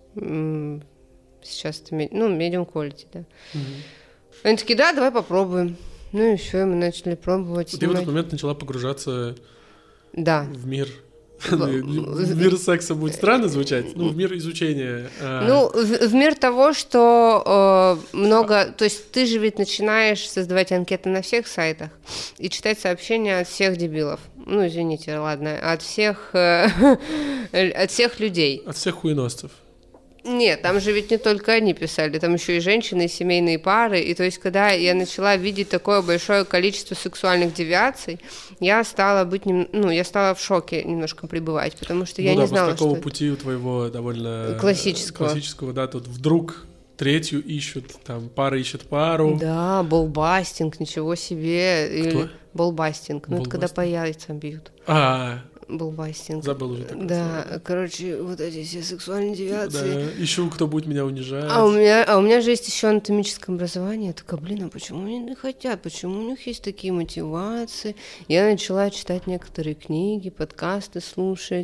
сейчас это, medium quality, да. Они такие, да, давай попробуем. Ну и все, мы начали пробовать. Ты в этот момент начала погружаться в мир. В мир секса будет странно звучать, в мир изучения. В мир того, что много... То есть ты же ведь начинаешь создавать анкеты на всех сайтах и читать сообщения от всех дебилов. Ну, извините, ладно, от всех людей. От всех хуеносцев. Нет, там же ведь не только они писали, там еще и женщины, и семейные пары. И то есть, когда я начала видеть такое большое количество сексуальных девиаций, я стала я стала в шоке немножко пребывать, потому что я не знала, что... после такого пути у твоего довольно... Классического, да, тут вдруг третью ищут, там, пара ищет пару. Да, болбастинг, ничего себе. Кто? Болбастинг, это когда по яйцам бьют. Болбастинг. Забыл уже такое Да, слово. Короче, вот эти все сексуальные девиации. Да, ищу, кто будет меня унижать. А у меня же есть еще анатомическое образование. Я такая, а почему они не хотят? Почему у них есть такие мотивации? Я начала читать некоторые книги, подкасты слушать,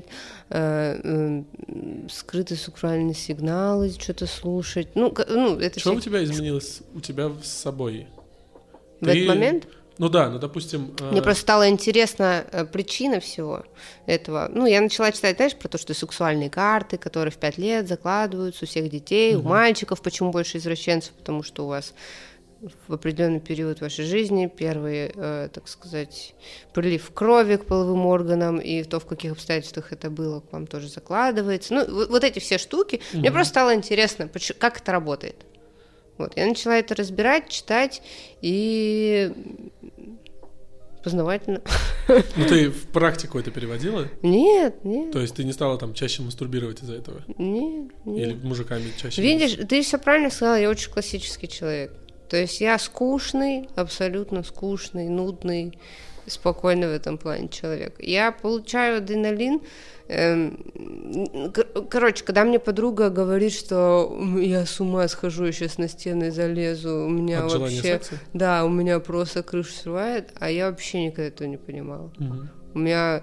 скрытые сексуальные сигналы, что-то слушать. Это что у тебя изменилось у тебя с собой? В этот момент? Допустим... Мне просто стало интересна причина всего этого. Я начала читать, знаешь, про то, что сексуальные карты, которые в 5 лет закладываются у всех детей, у мальчиков, почему больше извращенцев, потому что у вас в определенный период вашей жизни первый, так сказать, прилив крови к половым органам, и то, в каких обстоятельствах это было, к вам тоже закладывается. Вот эти все штуки. Мне просто стало интересно, как это работает. Я начала это разбирать, читать, и познавательно. Ты в практику это переводила? Нет. То есть ты не стала там чаще мастурбировать из-за этого? Нет. Или мужиками чаще? Видишь, ты все правильно сказала, я очень классический человек. То есть я скучный, абсолютно скучный, нудный, спокойный в этом плане человек. Я получаю адреналин. Короче, когда мне подруга говорит, что я с ума схожу, я сейчас на стены залезу, у меня от вообще... секса? Да, у меня просто крышу срывает, а я вообще никогда этого не понимала. У меня,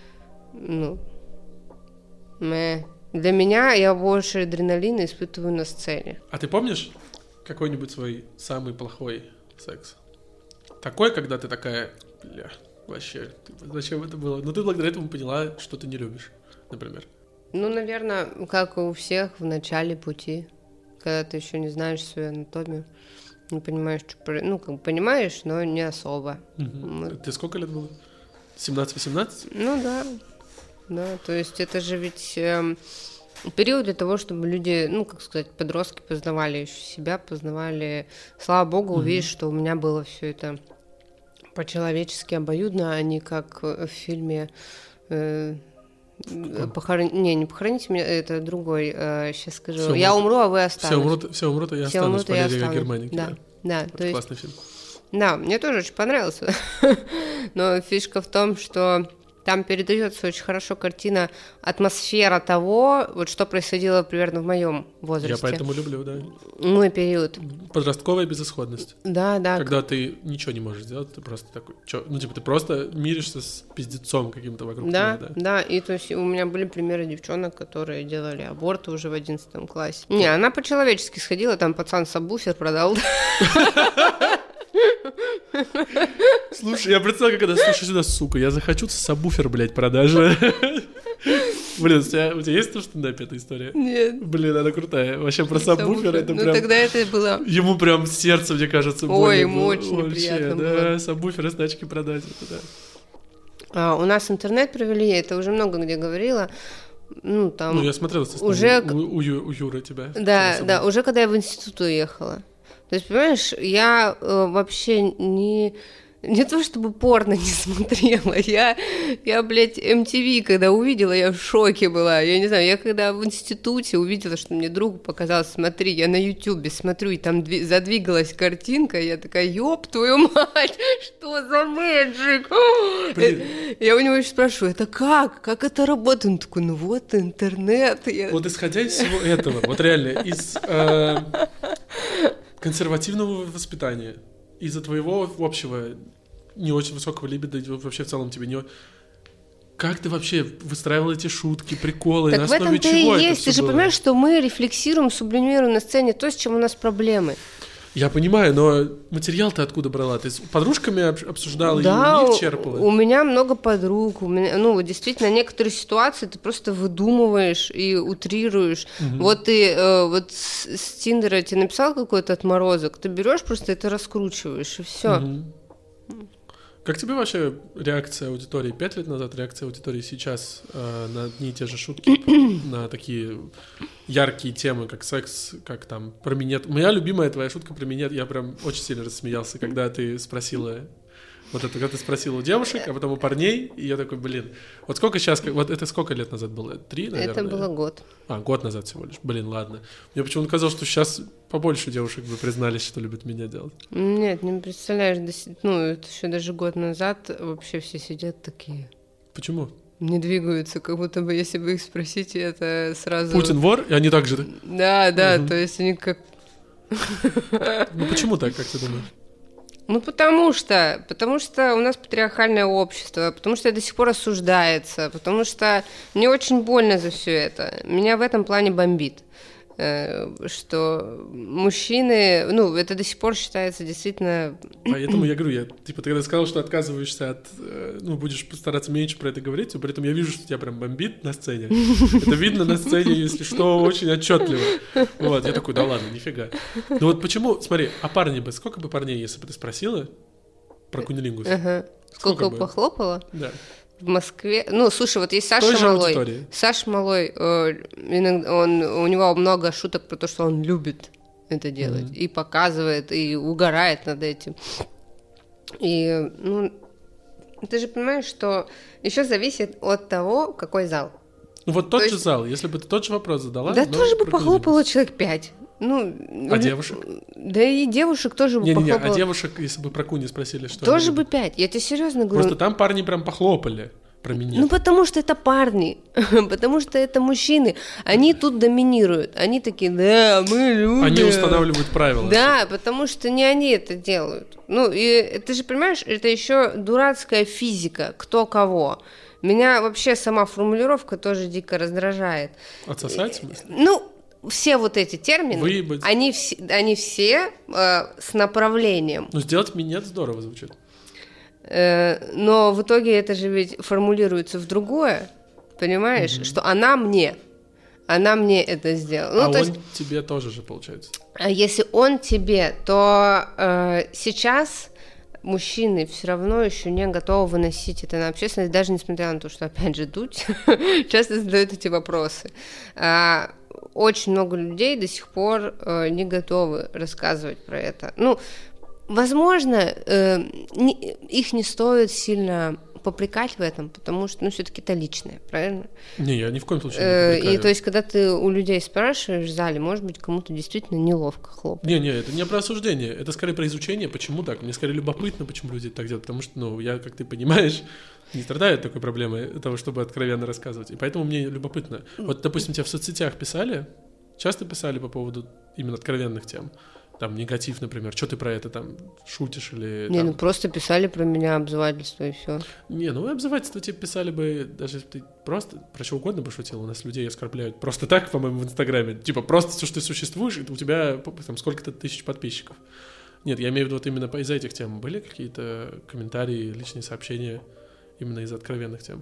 для меня я больше адреналина испытываю на сцене. А ты помнишь какой-нибудь свой самый плохой секс? Такой, когда ты такая, вообще, зачем это было? Но ты благодаря этому поняла, что ты не любишь, например. Наверное, как и у всех в начале пути, когда ты еще не знаешь свою анатомию, не понимаешь, что... понимаешь, но не особо. Ты сколько лет было? 17-18? Да, то есть это же ведь... период для того, чтобы люди, подростки познавали еще себя, познавали, слава богу, увидишь, что у меня было все это по-человечески обоюдно, а не как в фильме не похороните меня, это другой, сейчас скажу. Я умру, а вы останетесь. Все умрут, а я останусь, Валерия Германики. Да, это классный фильм. Да, мне тоже очень понравился. Но фишка в том, что там передается очень хорошо картина, атмосфера того, что происходило примерно в моем возрасте. Я поэтому люблю, да. Мой период. Подростковая безысходность. Да. Когда ты ничего не можешь сделать, ты просто такой... ты просто миришься с пиздецом каким-то вокруг тебя. Да, и то есть у меня были примеры девчонок, которые делали аборты уже в 11 классе. Не, она по-человечески сходила, там пацан сабвуфер продал. Слушай, я представляю, когда слушаю сюда, сука, я захочу сабвуфер, блядь, продажи. Блин, у тебя есть в стендапе эта история? Нет. Блин, она крутая. Вообще про сабвуфер это прям... тогда это было... Ему прям сердце, мне кажется, больно. Ой, ему очень неприятно было. Да, сабвуфер и тачки продать. У нас интернет провели, я это уже много где говорила. Там... я смотрел, естественно, уже... у Юры тебя. Да, уже когда я в институт уехала. То есть, понимаешь, я вообще не то чтобы порно не смотрела, я, блядь, MTV, когда увидела, я в шоке была. Я не знаю, я когда в институте увидела, что мне друг показал, смотри, я на Ютубе смотрю, и там задвигалась картинка, я такая, ёб твою мать, что за мэджик? Я у него еще спрашиваю, это как? Как это работает? Он такой, вот интернет. Вот исходя из всего этого, вот реально, из консервативного воспитания, из-за твоего общего не очень высокого либидо, вообще в целом тебе не... Как ты вообще выстраивал эти шутки, приколы, Так на в основе этом-то чего и это есть. всё Ты же было? понимаешь, что мы рефлексируем, сублимируем на сцене то, с чем у нас проблемы. Я понимаю, но материал ты откуда брала? Ты с подружками обсуждала Да, и у них черпала? у меня много подруг. У меня, ну, действительно, некоторые ситуации ты просто выдумываешь и утрируешь. Вот ты вот с Тиндера тебе написал какой-то отморозок, ты берешь просто это раскручиваешь, и все. Как тебе вообще реакция аудитории 5 лет назад, реакция аудитории сейчас на одни и те же шутки, на такие яркие темы, как секс, как там про минет? Моя любимая твоя шутка про минет, я прям очень сильно рассмеялся, когда ты спросила... Вот это, когда ты спросила у девушек, а потом у парней, и я такой, блин, вот сколько сейчас, вот это сколько лет назад было? 3, наверное? Это было год. Год назад всего лишь. Блин, ладно. Мне почему-то казалось, что сейчас побольше девушек бы признались, что любят меня делать. Нет, не представляешь, ну, это еще даже год назад вообще все сидят такие. Почему? Не двигаются, как будто бы, если бы их спросить, это сразу... Путин вор, и они так же... Да, то есть они как... Ну почему так, как ты думаешь? Ну, потому что у нас патриархальное общество, потому что это до сих пор осуждается, потому что мне очень больно за все это. Меня в этом плане бомбит, что мужчины, ну, это до сих пор считается действительно... Поэтому я говорю, ты когда сказал, что отказываешься от... Ну, будешь постараться меньше про это говорить, но при этом я вижу, что тебя прям бомбит на сцене. Это видно на сцене, если что, очень отчетливо. Вот, я такой, да ладно, нифига. Ну вот почему, смотри, а парни бы, сколько бы парней, если бы ты спросила про кунилингус? Сколько бы похлопала? Да. В Москве. Ну, слушай, вот есть Саша Малой. Аудитории. Саша Малой, у него много шуток про то, что он любит это делать. И показывает, и угорает над этим. И, ну, ты же понимаешь, что еще зависит от того, какой зал. Ну вот тот же зал, если бы ты тот же вопрос задала... Да тоже бы похлопало человек 5. Ну, а девушек? Да и девушек тоже бы похлопало. Не, а девушек, если бы про куни спросили, что... Тоже бы 5, я тебе серьезно говорю. Просто там парни прям похлопали про меня. Ну, потому что это парни, потому что это мужчины. Они тут доминируют. Они такие, да, мы любим. Они устанавливают правила. Да, потому что не они это делают. Ну, и ты же понимаешь, это еще дурацкая физика, кто кого. Меня вообще сама формулировка тоже дико раздражает. Отсосать, в смысле? Ну, все вот эти термины, выебать. они все с направлением. Ну, сделать минет здорово звучит. Но в итоге это же ведь формулируется в другое, понимаешь, что она мне это сделала. Ну, а то он есть, тебе тоже же, получается. А если он тебе, то сейчас мужчины все равно еще не готовы выносить это на общественность, даже несмотря на то, что, опять же, Дудь часто задает эти вопросы. Очень много людей до сих пор не готовы рассказывать про это. Ну, возможно, их не стоит сильно попрекать в этом, потому что, ну, все-таки это личное, правильно? Не, я ни в коем случае не попрекаю. И то есть, когда ты у людей спрашиваешь в зале, может быть, кому-то действительно неловко хлопать. Не, это не про осуждение, это скорее про изучение, почему так. Мне скорее любопытно, почему люди так делают, потому что, ну, я, как ты понимаешь, не страдаю от такой проблемы того, чтобы откровенно рассказывать, и поэтому мне любопытно. Вот, допустим, тебя в соцсетях писали, часто писали по поводу именно откровенных тем? Там негатив, например, что ты про это там шутишь или... Не, там... ну просто писали про меня обзывательство и все. Не, ну обзывательство тебе писали бы, даже если ты просто про что угодно пошутил, у нас людей оскорбляют просто так, по-моему, в Инстаграме, типа просто то, что ты существуешь, и у тебя там сколько-то тысяч подписчиков. Нет, я имею в виду вот именно из-за этих тем. Были какие-то комментарии, личные сообщения именно из откровенных тем?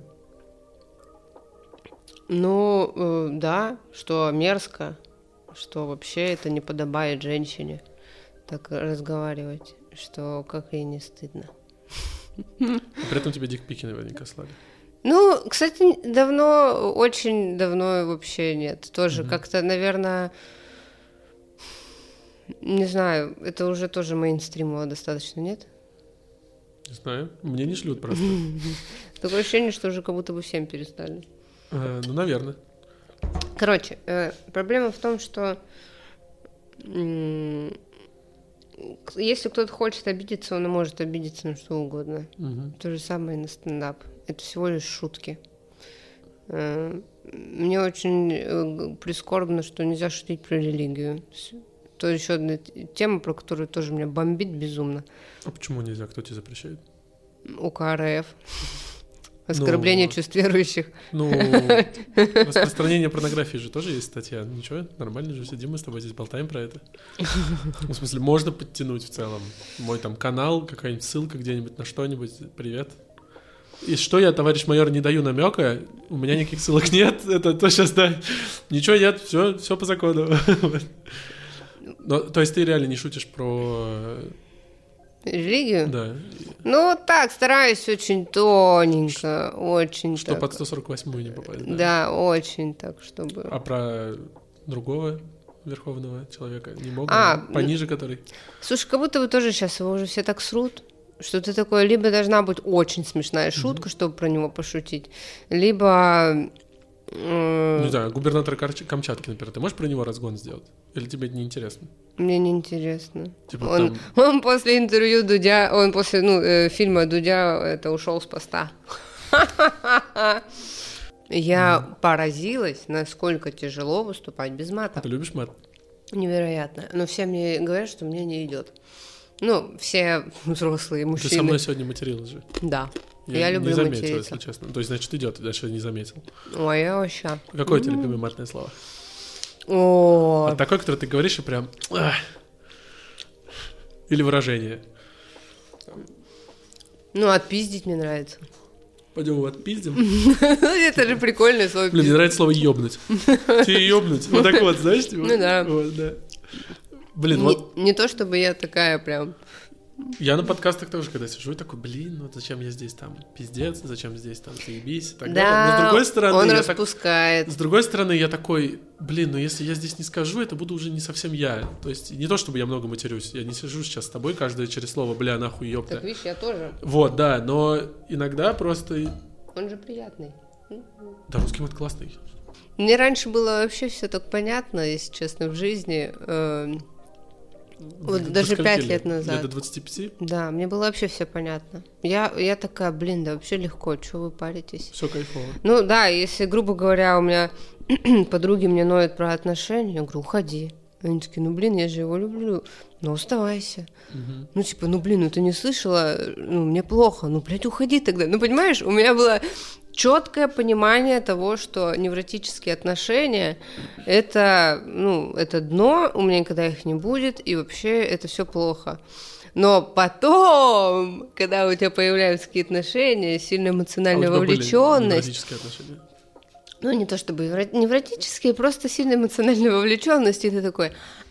Ну, да, что мерзко, что вообще это не подобает женщине так разговаривать, что как ей не стыдно. При этом тебе дикпики наверняка слали. Ну, кстати, давно, очень давно вообще нет. Тоже как-то, наверное, не знаю, это уже тоже мейнстримово достаточно, нет? Не знаю, мне не шлют просто. Такое ощущение, что уже как будто бы всем перестали. Ну, наверное. Короче, проблема в том, что если кто-то хочет обидеться, он может обидеться на что угодно. То же самое и на стендап. Это всего лишь шутки. Мне очень прискорбно, что нельзя шутить про религию. То еще одна тема, про которую тоже меня бомбит безумно. А почему нельзя? Кто тебе запрещает? УК РФ. Оскорбление чувств верующих. Ну, распространение порнографии же тоже есть статья. Ничего, нормально же сидим, мы с тобой здесь болтаем про это. Ну, в смысле, можно подтянуть в целом. Мой там канал, какая-нибудь ссылка где-нибудь на что-нибудь. Привет. И что я, товарищ майор, не даю намека, у меня никаких ссылок нет, это то сейчас, да. Ничего нет, все по закону. Но, то есть ты реально не шутишь про... Религию? Да. Ну, так, стараюсь очень тоненько, очень Что так. под 148-ю не попасть, да? Да, очень так, чтобы... А про другого верховного человека не могут? Пониже который? Слушай, как будто бы тоже сейчас его уже все так срут, что ты такой, либо должна быть очень смешная шутка, чтобы про него пошутить, либо... Не знаю, губернатор Камчатки, например, ты можешь про него разгон сделать? Или тебе это неинтересно? Мне неинтересно. Типа Он после интервью Дудя, он после фильма Дудя ушел с поста. Я поразилась, насколько тяжело выступать без мата. А ты любишь мат? Невероятно. Но все мне говорят, что мне не идет. Ну, все взрослые мужчины. Ты со мной сегодня материлась же. Да. Я люблю не заметил, материться. если честно. То есть, значит, идет, я даже не заметил. Ой, я вообще. Какое у тебя любимое матное слово? О. Вот такое, которое ты говоришь и прям... Или выражение. Ну, отпиздить мне нравится. Пойдем его отпиздим. Это же прикольное слово. Блин, мне нравится слово «ёбнуть». Тебе ёбнуть. Вот так вот, знаешь? Ну да. Блин, вот... Не то, чтобы я такая прям... Я на подкастах тоже, когда сижу, и такой, блин, вот зачем я здесь там пиздец, зачем здесь там заебись и так далее. Но с другой стороны... он распускает. С другой стороны, я такой, блин, ну если я здесь не скажу, это буду уже не совсем я. То есть не то, чтобы я много матерюсь, я не сижу сейчас с тобой каждое через слово, бля, нахуй, ёпта. Так, видишь, я тоже. Вот, да, но иногда просто... Он же приятный. Да, русский мат классный. Мне раньше было вообще все так понятно, если честно, в жизни. Вот даже 5 лет назад. До 25? Да, мне было вообще все понятно. Я такая, блин, да вообще легко, что вы паритесь? Все кайфово. Ну да, если, грубо говоря, у меня подруги мне ноют про отношения, я говорю, уходи. Они такие, ну блин, я же его люблю. Ну оставайся. Ну типа, ну блин, ну ты не слышала, ну мне плохо, ну блядь, уходи тогда. Ну понимаешь, у меня было четкое понимание того, что невротические отношения это дно, у меня никогда их не будет, и вообще это все плохо. Но потом, когда у тебя появляются какие-то отношения, сильная эмоциональная вовлеченность. Невротические отношения? Ну, не то чтобы невротические, просто сильная эмоциональная вовлеченность, и ты такой.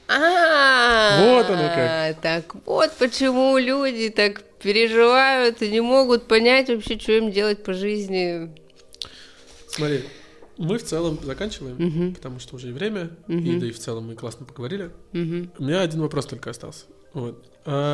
Вот оно как. Так вот почему люди так переживают и не могут понять вообще, что им делать по жизни. Смотри, мы в целом заканчиваем, потому что уже и время, и да и в целом мы классно поговорили. У меня один вопрос только остался. Вот.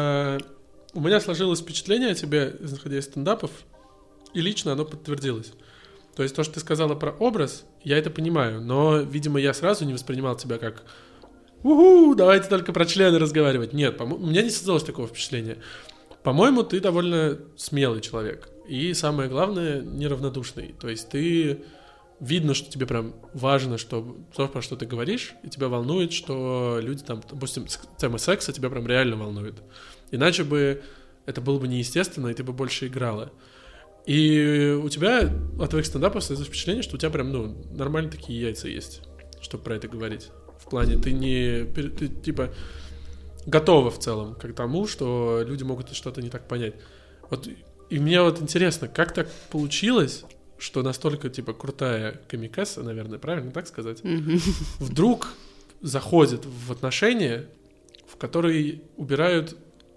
У меня сложилось впечатление о тебе, находясь в стендапов, и лично оно подтвердилось. То есть то, что ты сказала про образ, я это понимаю, но, видимо, я сразу не воспринимал тебя как давайте только про члены разговаривать. Нет, у меня не создалось такого впечатления. По-моему, ты довольно смелый человек. И самое главное, неравнодушный. То есть ты... Видно, что тебе прям важно, что то, про что ты говоришь, и тебя волнует, что люди там, допустим, тема секса тебя прям реально волнует. Иначе бы это было бы неестественно, и ты бы больше играла. И у тебя от твоих стендапов создается впечатление, что у тебя прям, нормально такие яйца есть, чтобы про это говорить. В плане, ты типа готова в целом к тому, что люди могут что-то не так понять. Вот, и мне вот интересно, как так получилось, что настолько, типа, крутая комикесса, наверное, правильно так сказать, вдруг заходит в отношения, в которые убирают,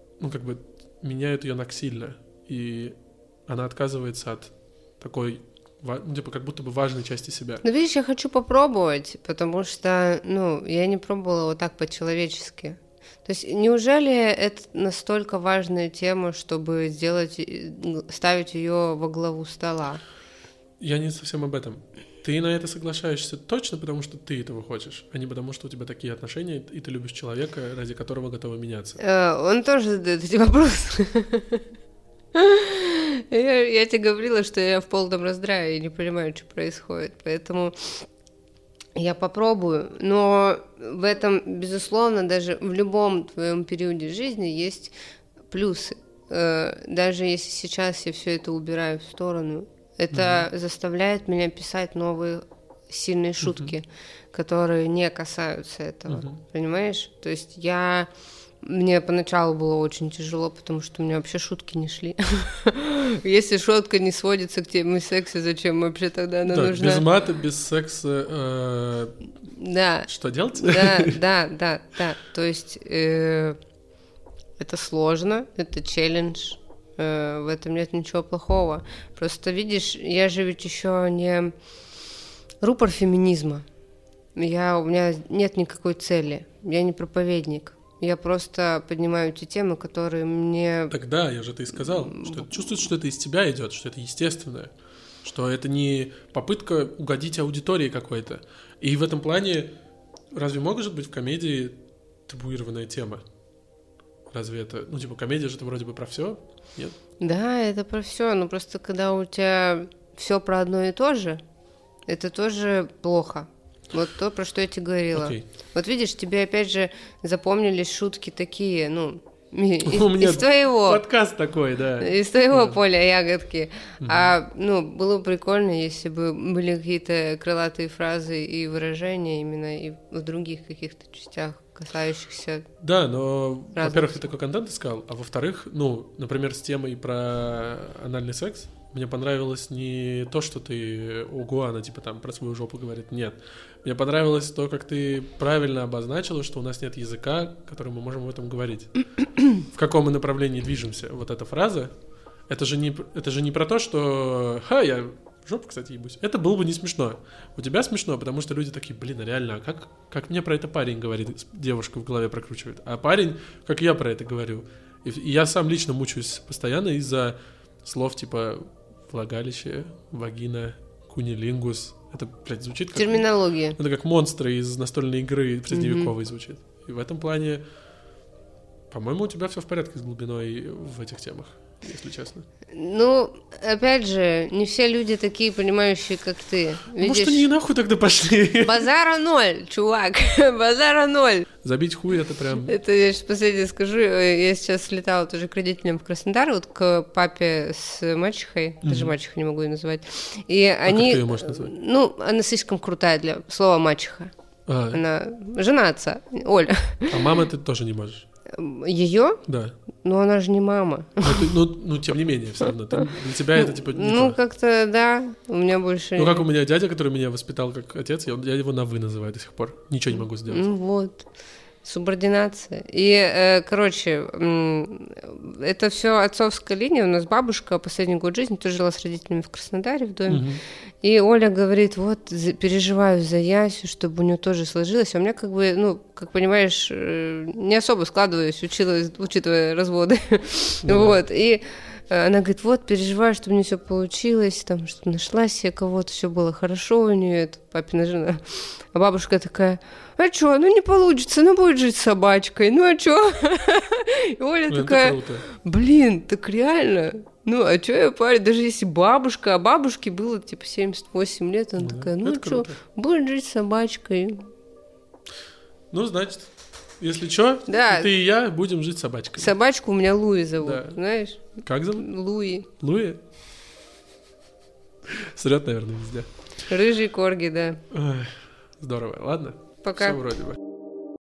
меняют ее насильно, и она отказывается от такой, как будто бы важной части себя. Ну, видишь, я хочу попробовать, потому что, я не пробовала вот так по-человечески. То есть неужели это настолько важная тема, чтобы ставить ее во главу стола? Я не совсем об этом. Ты на это соглашаешься точно, потому что ты этого хочешь, а не потому, что у тебя такие отношения, и ты любишь человека, ради которого готова меняться. Он тоже задает эти вопросы. Я тебе говорила, что я в полном раздрае и не понимаю, что происходит, поэтому я попробую, но в этом, безусловно, даже в любом твоем периоде жизни есть плюсы. Даже если сейчас я все это убираю в сторону, Это заставляет меня писать новые сильные шутки, которые не касаются этого, понимаешь? То есть мне поначалу было очень тяжело, потому что у меня вообще шутки не шли. Если шутка не сводится к теме секса, зачем вообще тогда она нужна? Без мата, без секса, да. Что делать? Да. То есть это сложно, это челлендж, в этом нет ничего плохого. Просто видишь, я же ведь еще не рупор феминизма. У меня нет никакой цели, я не проповедник. Я просто поднимаю те темы, которые мне... Тогда, я же это и сказал, что чувствуется, что это из тебя идет, что это естественное, что это не попытка угодить аудитории какой-то. И в этом плане разве может быть в комедии табуированная тема? Разве это... комедия же это вроде бы про все, нет? Да, это про все, но просто когда у тебя все про одно и то же, это тоже плохо. Вот то, про что я тебе говорила. Okay. Вот видишь, тебе опять же запомнились шутки такие, из твоего... подкаст такой, да. Из твоего поля ягодки. Было бы прикольно, если бы были какие-то крылатые фразы и выражения именно и в других каких-то частях, касающихся... Да, но, во-первых, ты такой контент искал, а во-вторых, например, с темой про анальный секс, мне понравилось не то, что ты, она там про свою жопу говорит, нет. Мне понравилось то, как ты правильно обозначила, что у нас нет языка, которым мы можем об этом говорить. В каком мы направлении движемся. Вот эта фраза, это же не про то, что я в жопу, кстати, ебусь. Это было бы не смешно. У тебя смешно, потому что люди такие, реально, а как мне про это парень говорит, девушка в голове прокручивает. А парень, как я про это говорю. И я сам лично мучаюсь постоянно из-за слов типа влагалище, вагина, кунилингус. Это, звучит как... Терминология. Это как монстры из настольной игры средневековой звучит. И в этом плане, по-моему, у тебя все в порядке с глубиной в этих темах, если честно. Опять же, не все люди такие понимающие, как ты. Видишь? Может, они и нахуй тогда пошли? Базара ноль, чувак. Базара ноль. Забить хуй — это прям... Это я сейчас последнее скажу. Я сейчас слетала тоже к родителям в Краснодар, вот к папе с мачехой. Даже мачеху не могу ее называть. И они... как ты ее можешь назвать? Она слишком крутая для слова мачеха. Она жена отца, Оля. А мама ты тоже не можешь? Ее? Да. Но она же не мама. Тем не менее, все равно. Для тебя это типа не то. Как-то, да. У меня больше... как у меня дядя, который меня воспитал как отец, я его на «вы» называю до сих пор. Ничего не могу сделать. Вот. Субординация. И, короче, это все отцовская линия. У нас бабушка последний год жизни тоже жила с родителями в Краснодаре в доме. И Оля говорит, переживаю за Ясю, чтобы у нее тоже сложилось. А у меня как понимаешь, не особо складываюсь, учитывая разводы. Вот. И она говорит, переживаю, чтобы у нее все получилось, там, что нашла себе кого-то, все было хорошо у нее, это папина жена. А бабушка такая, а что, не получится, будет жить с собачкой, а что? И Оля такая, так реально, а что я парю, даже если бабушка, а бабушке было типа 78 лет, она такая, что, будет жить с собачкой. Значит... Если что, ты и я будем жить с собачкой. Собачку у меня Луи зовут, знаешь? Как зовут? Луи. Луи? Срет, наверное, везде. Рыжий корги, да. Здорово. Ладно. Пока. Все вроде бы.